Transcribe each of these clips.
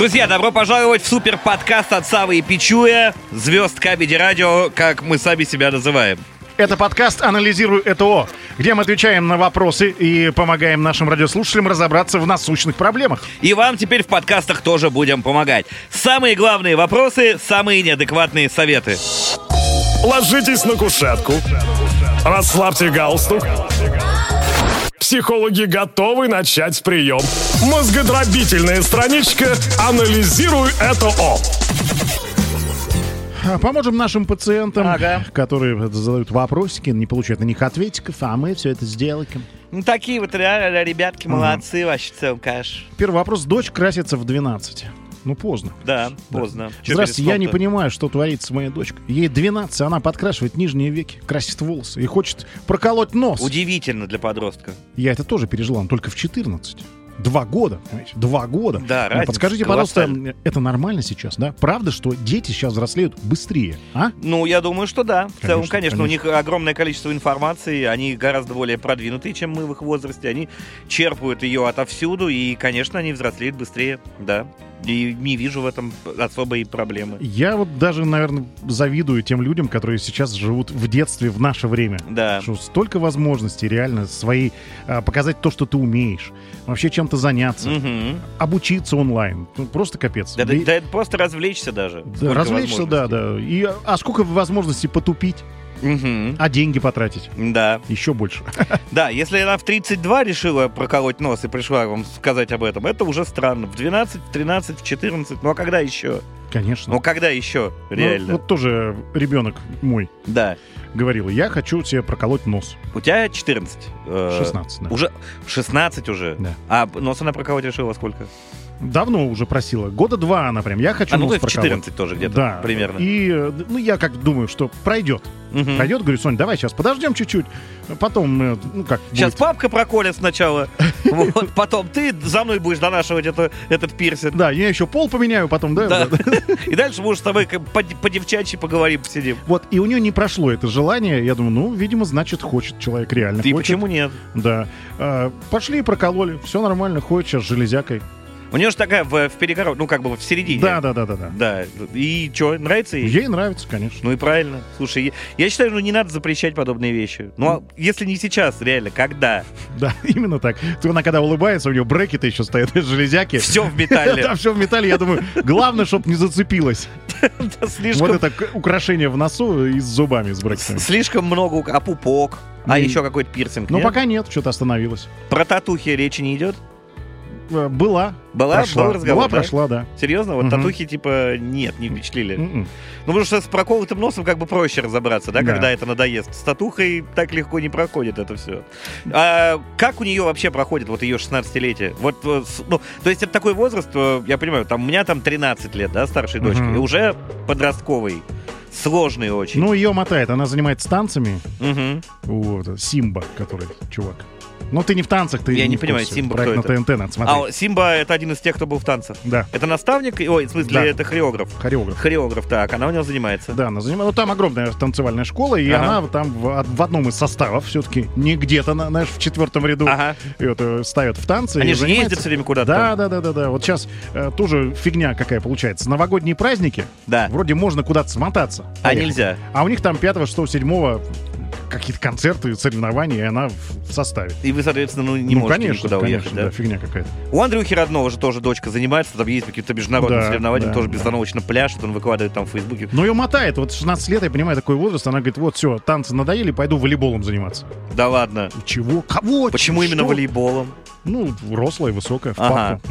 Друзья, добро пожаловать в супер-подкаст от Савы и Пичуя, звезд Comedy Radio, как мы сами себя называем. Это подкаст «Анализирую ЭТО», где мы отвечаем на вопросы и помогаем нашим радиослушателям разобраться в насущных проблемах. И вам теперь в подкастах тоже будем помогать. Самые главные вопросы, самые неадекватные советы. Ложитесь на кушетку, расслабьте галстук. Психологи готовы начать прием. Мозгодробительная страничка «Анализируй ЭТО». Поможем нашим пациентам, которые задают вопросики, не получают на них ответиков, а мы все это сделаем. Ну, такие вот реально ребятки молодцы, вообще в целом, конечно. Первый вопрос. Дочь красится в 12. Ну, поздно. Да, поздно. Здравствуйте, я не понимаю, что творится с моей дочкой. Ей 12, она подкрашивает нижние веки, красит волосы и хочет проколоть нос. Удивительно для подростка. Я это тоже пережила, но только в 14. 2 года, понимаете? 2 года. Да, разница подскажите, пожалуйста, это нормально сейчас, да? Правда, что дети сейчас взрослеют быстрее, а? Ну, я думаю, что да. В целом, конечно, конечно. у них огромное количество информации, они гораздо более продвинутые, чем мы в их возрасте, они черпают ее отовсюду, и, конечно, они взрослеют быстрее, да. И не вижу в этом особой проблемы. Я вот даже, наверное, завидую тем людям, которые сейчас живут в детстве в наше время. Да. Что столько возможностей реально показать то, что ты умеешь. Вообще чем-то заняться. Обучиться онлайн. Ну, просто капец. Да, просто развлечься даже. Да, развлечься, да. А сколько возможностей потупить? А деньги потратить? Да. Еще больше. Да, если она в 32 решила проколоть нос и пришла вам сказать об этом, это уже странно. В 12, в 13, в 14. Ну а когда еще? Конечно. Ну когда еще? Реально. Ну, вот тоже ребенок мой говорил, я хочу себе проколоть нос. У тебя 14? 16, да. Уже 16 уже? Да. А нос она проколоть решила во сколько? Давно уже просила. 2 года она прям. Я хочу нос в 14 тоже где-то примерно. И я как думаю, что пройдет. Пройдет, говорю, Соня, давай сейчас подождем чуть-чуть. Потом, сейчас папка проколет сначала. Вот, потом ты за мной будешь донашивать этот пирсинг. Да, я еще пол поменяю потом, да. И дальше будешь с тобой по-девчачьи поговорим, посидим. Вот, и у нее не прошло это желание. Я думаю, видимо, значит, хочет человек, реально хочет. И почему нет? Да. Пошли и прокололи. Все нормально, ходит сейчас с железякой. У нее же такая в перегородке, в середине. Да. Да. И что, нравится ей? Ей нравится, конечно. Ну и правильно. Слушай, я считаю, не надо запрещать подобные вещи. Ну, а если не сейчас, реально, когда? Да, именно так. Она когда улыбается, у нее брекеты еще стоят, железяки. Все в металле. Да, все в металле. Я думаю, главное, чтобы не зацепилось. Вот это украшение в носу и с зубами, с брекетами. Слишком много, а пупок? А еще какой-то пирсинг? Ну, пока нет, что-то остановилось. Про татухи речи не идет? Была? Был разговор, прошла, да. Серьезно? Вот татухи, нет, не впечатлили. Ну, потому что с проколотым носом проще разобраться, да, когда это надоест. С татухой так легко не проходит это все. А как у нее вообще проходит вот ее 16-летие? Вот, то есть это такой возраст, я понимаю, у меня 13 лет, да, старшей дочки, и уже подростковый. Сложный очень. Ну, ее мотает, она занимается танцами. Вот, Симба, который чувак. Ну, ты не в танцах, ты я не в понимаю, курсе. Симба проект кто это? на ТНТ надо смотреть. А Симба — это один из тех, кто был в танцах? Да. Это наставник? Ой, в смысле, да. Это хореограф? Хореограф, так. Она у него занимается? Да, она занимается. Ну, там огромная танцевальная школа, и она там в одном из составов все-таки, не где-то, знаешь, в 4-м ряду, и вот ставят в танцы. Они же ездят все время куда-то. Да. Вот сейчас тоже фигня какая получается. Новогодние праздники, вроде можно куда-то смотаться. А нельзя. А у них там 5, 6, 7 какие-то концерты, соревнования, и она в составе. И вы, соответственно, не можете никуда уехать, да? Фигня какая-то. У Андрюхи родного же тоже дочка занимается, там есть какие-то международные соревнования, тоже безостановочно пляшет, он выкладывает там в Фейсбуке. Но ее мотает, вот 16 лет, я понимаю, такой возраст, она говорит, вот все, танцы надоели, пойду волейболом заниматься. Да ладно. Чего? Кого? Почему именно волейболом? Ну, рослая, высокая, в папку.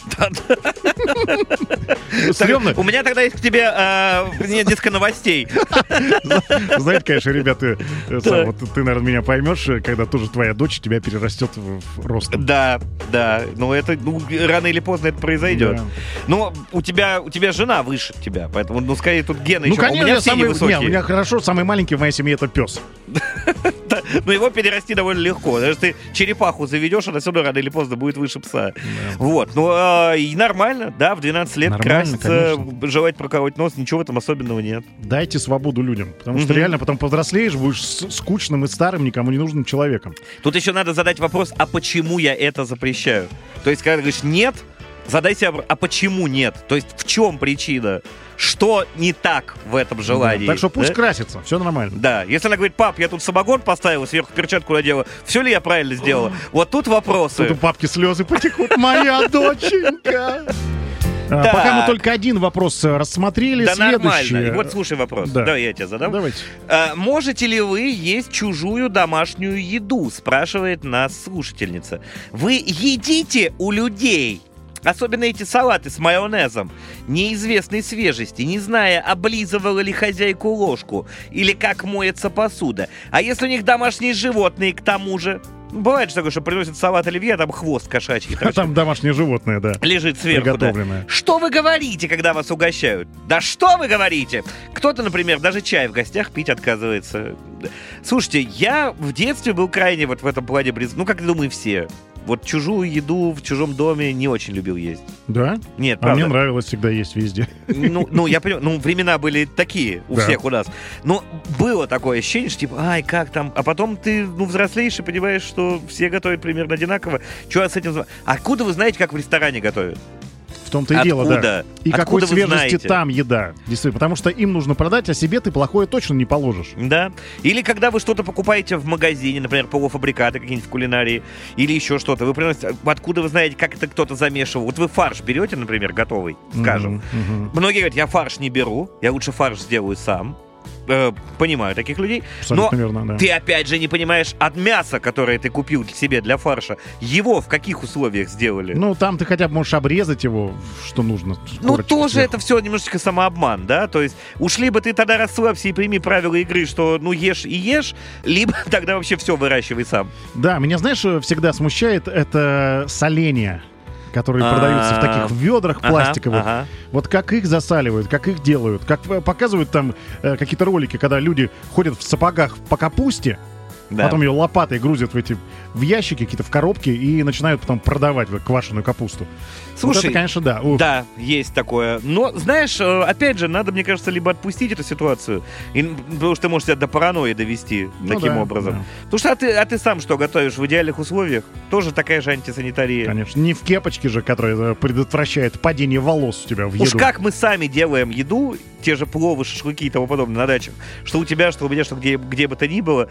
У меня тогда есть к тебе несколько новостей. Знаете, конечно, ребята, ты, наверное, меня поймешь, когда тоже твоя дочь тебя перерастет в рост. Да. Но это рано или поздно это произойдет. Но у тебя жена выше тебя, поэтому, скорее, тут гены еще. Конечно, у меня все невысокие. У меня хорошо, самый маленький в моей семье — это пес. Но его перерасти довольно легко. Даже ты черепаху заведешь, она все равно рано или поздно будет выше пса. Вот. Ну, и нормально, да, в 12 лет краситься, желать проколоть нос, ничего в этом особенного нет. Дайте свободу людям, потому что реально потом повзрослеешь, будешь скучным и старым, никому не нужным человеком. Тут еще надо задать вопрос, а почему я это запрещаю? То есть, когда ты говоришь «нет», Задайте, а почему нет? То есть в чем причина? Что не так в этом желании? Да, так что пусть красится, все нормально. Да, если она говорит: пап, я тут самогон поставила, сверху перчатку надела, все ли я правильно сделала? Вот тут вопросы. Тут у папки слезы потекут. Моя доченька. Пока мы только один вопрос рассмотрели. Да, следующий. нормально. Вот слушай вопрос. Да, я тебе задам. Давайте. Можете ли вы есть чужую домашнюю еду? Спрашивает нас слушательница. Вы едите у людей? Особенно эти салаты с майонезом неизвестной свежести, не зная, облизывала ли хозяйку ложку или как моется посуда. А если у них домашние животные, к тому же? Бывает же такое, что приносят салат оливье, а там хвост кошачий. А там домашнее животное, да. Лежит сверху, да. Что вы говорите, когда вас угощают? Да что вы говорите? Кто-то, например, даже чай в гостях пить отказывается. Слушайте, я в детстве был крайне вот в этом плане как я думаю, все. Вот чужую еду в чужом доме не очень любил есть. Да? Нет, правда. А мне нравилось всегда есть везде. Я понимаю, времена были такие у всех у нас. Но было такое ощущение, что типа, ай, как там? А потом ты, взрослеешь и понимаешь, что все готовят примерно одинаково. Что с этим... Откуда вы знаете, как в ресторане готовят? В том-то и дело, да. И какой свежести там еда. Действительно, потому что им нужно продать, а себе ты плохое точно не положишь. Да. Или когда вы что-то покупаете в магазине, например, полуфабрикаты какие-нибудь в кулинарии, или еще что-то, вы приносите... Откуда вы знаете, как это кто-то замешивал? Вот вы фарш берете, например, готовый, скажем. Многие говорят: я фарш не беру, я лучше фарш сделаю сам. Понимаю таких людей. Абсолютно верно, да. Ты опять же не понимаешь, от мяса, которое ты купил себе для фарша, его в каких условиях сделали? Там ты хотя бы можешь обрезать его, что нужно. Тоже сверху. Это все немножечко самообман, да? То есть ушли бы ты тогда расслабься и прими правила игры, что ешь и ешь, либо тогда вообще все выращивай сам. Да, меня, знаешь, всегда смущает это соление, которые продаются в таких ведрах пластиковых. Вот как их засаливают, как их делают, как показывают там какие-то ролики, когда люди ходят в сапогах по капусте, потом ее лопатой грузят в ящики, какие-то в коробки, и начинают потом продавать квашеную капусту. Слушай, вот это, конечно, да. Да, есть такое. Но, знаешь, опять же, надо, мне кажется, либо отпустить эту ситуацию, потому что ты можешь себя до паранойи довести таким образом. Да. Потому что а ты сам что готовишь в идеальных условиях? Тоже такая же антисанитария. Конечно. Не в кепочке же, которая предотвращает падение волос у тебя в еду. Уж как мы сами делаем еду, те же пловы, шашлыки и тому подобное на дачах, что у тебя, что у меня, что где бы то ни было.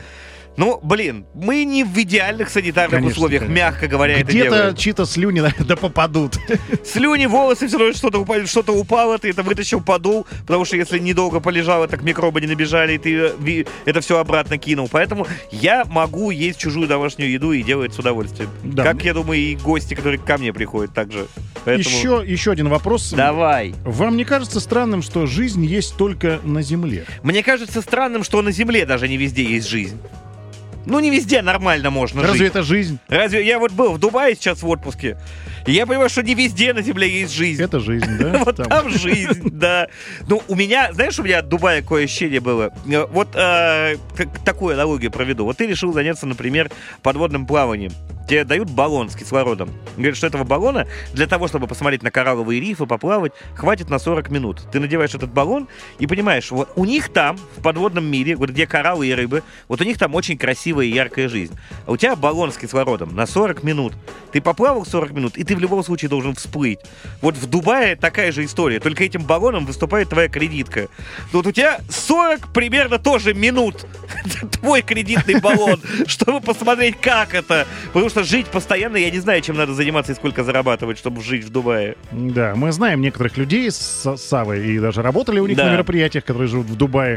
Мы не в идеальных санитарных условиях, мягко говоря, это делаем. Где-то чьи-то слюни, наверное, попадут. Слюни, волосы, все равно что-то упало, ты это вытащил, подул, потому что если недолго полежало, так микробы не набежали, и ты это все обратно кинул. Поэтому я могу есть чужую домашнюю еду и делать с удовольствием. Да. Как, я думаю, и гости, которые ко мне приходят, также. Поэтому... Еще один вопрос. Давай. Вам не кажется странным, что жизнь есть только на Земле? Мне кажется странным, что на Земле даже не везде есть жизнь. Не везде нормально можно жить. Разве это жизнь? Я вот был в Дубае сейчас в отпуске, и я понимаю, что не везде на Земле есть жизнь. Это жизнь, да? Вот там жизнь, да. У меня от Дубая какое ощущение было? Вот такую аналогию проведу. Вот ты решил заняться, например, подводным плаванием. Тебе дают баллон с кислородом. Говорят, что этого баллона для того, чтобы посмотреть на коралловые рифы, поплавать, хватит на 40 минут. Ты надеваешь этот баллон и понимаешь, вот у них там, в подводном мире, вот где кораллы и рыбы, вот у них там очень красивая и яркая жизнь. А у тебя баллон с кислородом на 40 минут. Ты поплавал 40 минут, и ты в любом случае должен всплыть. Вот в Дубае такая же история, только этим баллоном выступает твоя кредитка. Вот у тебя 40 примерно тоже минут твой кредитный баллон, чтобы посмотреть, как это. Потому что жить постоянно, я не знаю, чем надо заниматься и сколько зарабатывать, чтобы жить в Дубае. Да, мы знаем некоторых людей с Савой и даже работали у них на мероприятиях, которые живут в Дубае.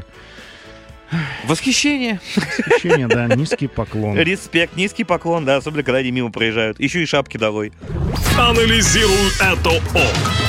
Восхищение. Восхищение, да, низкий поклон. Респект, низкий поклон, да, особенно когда они мимо проезжают. Еще и шапки долой. Анализируй это ок.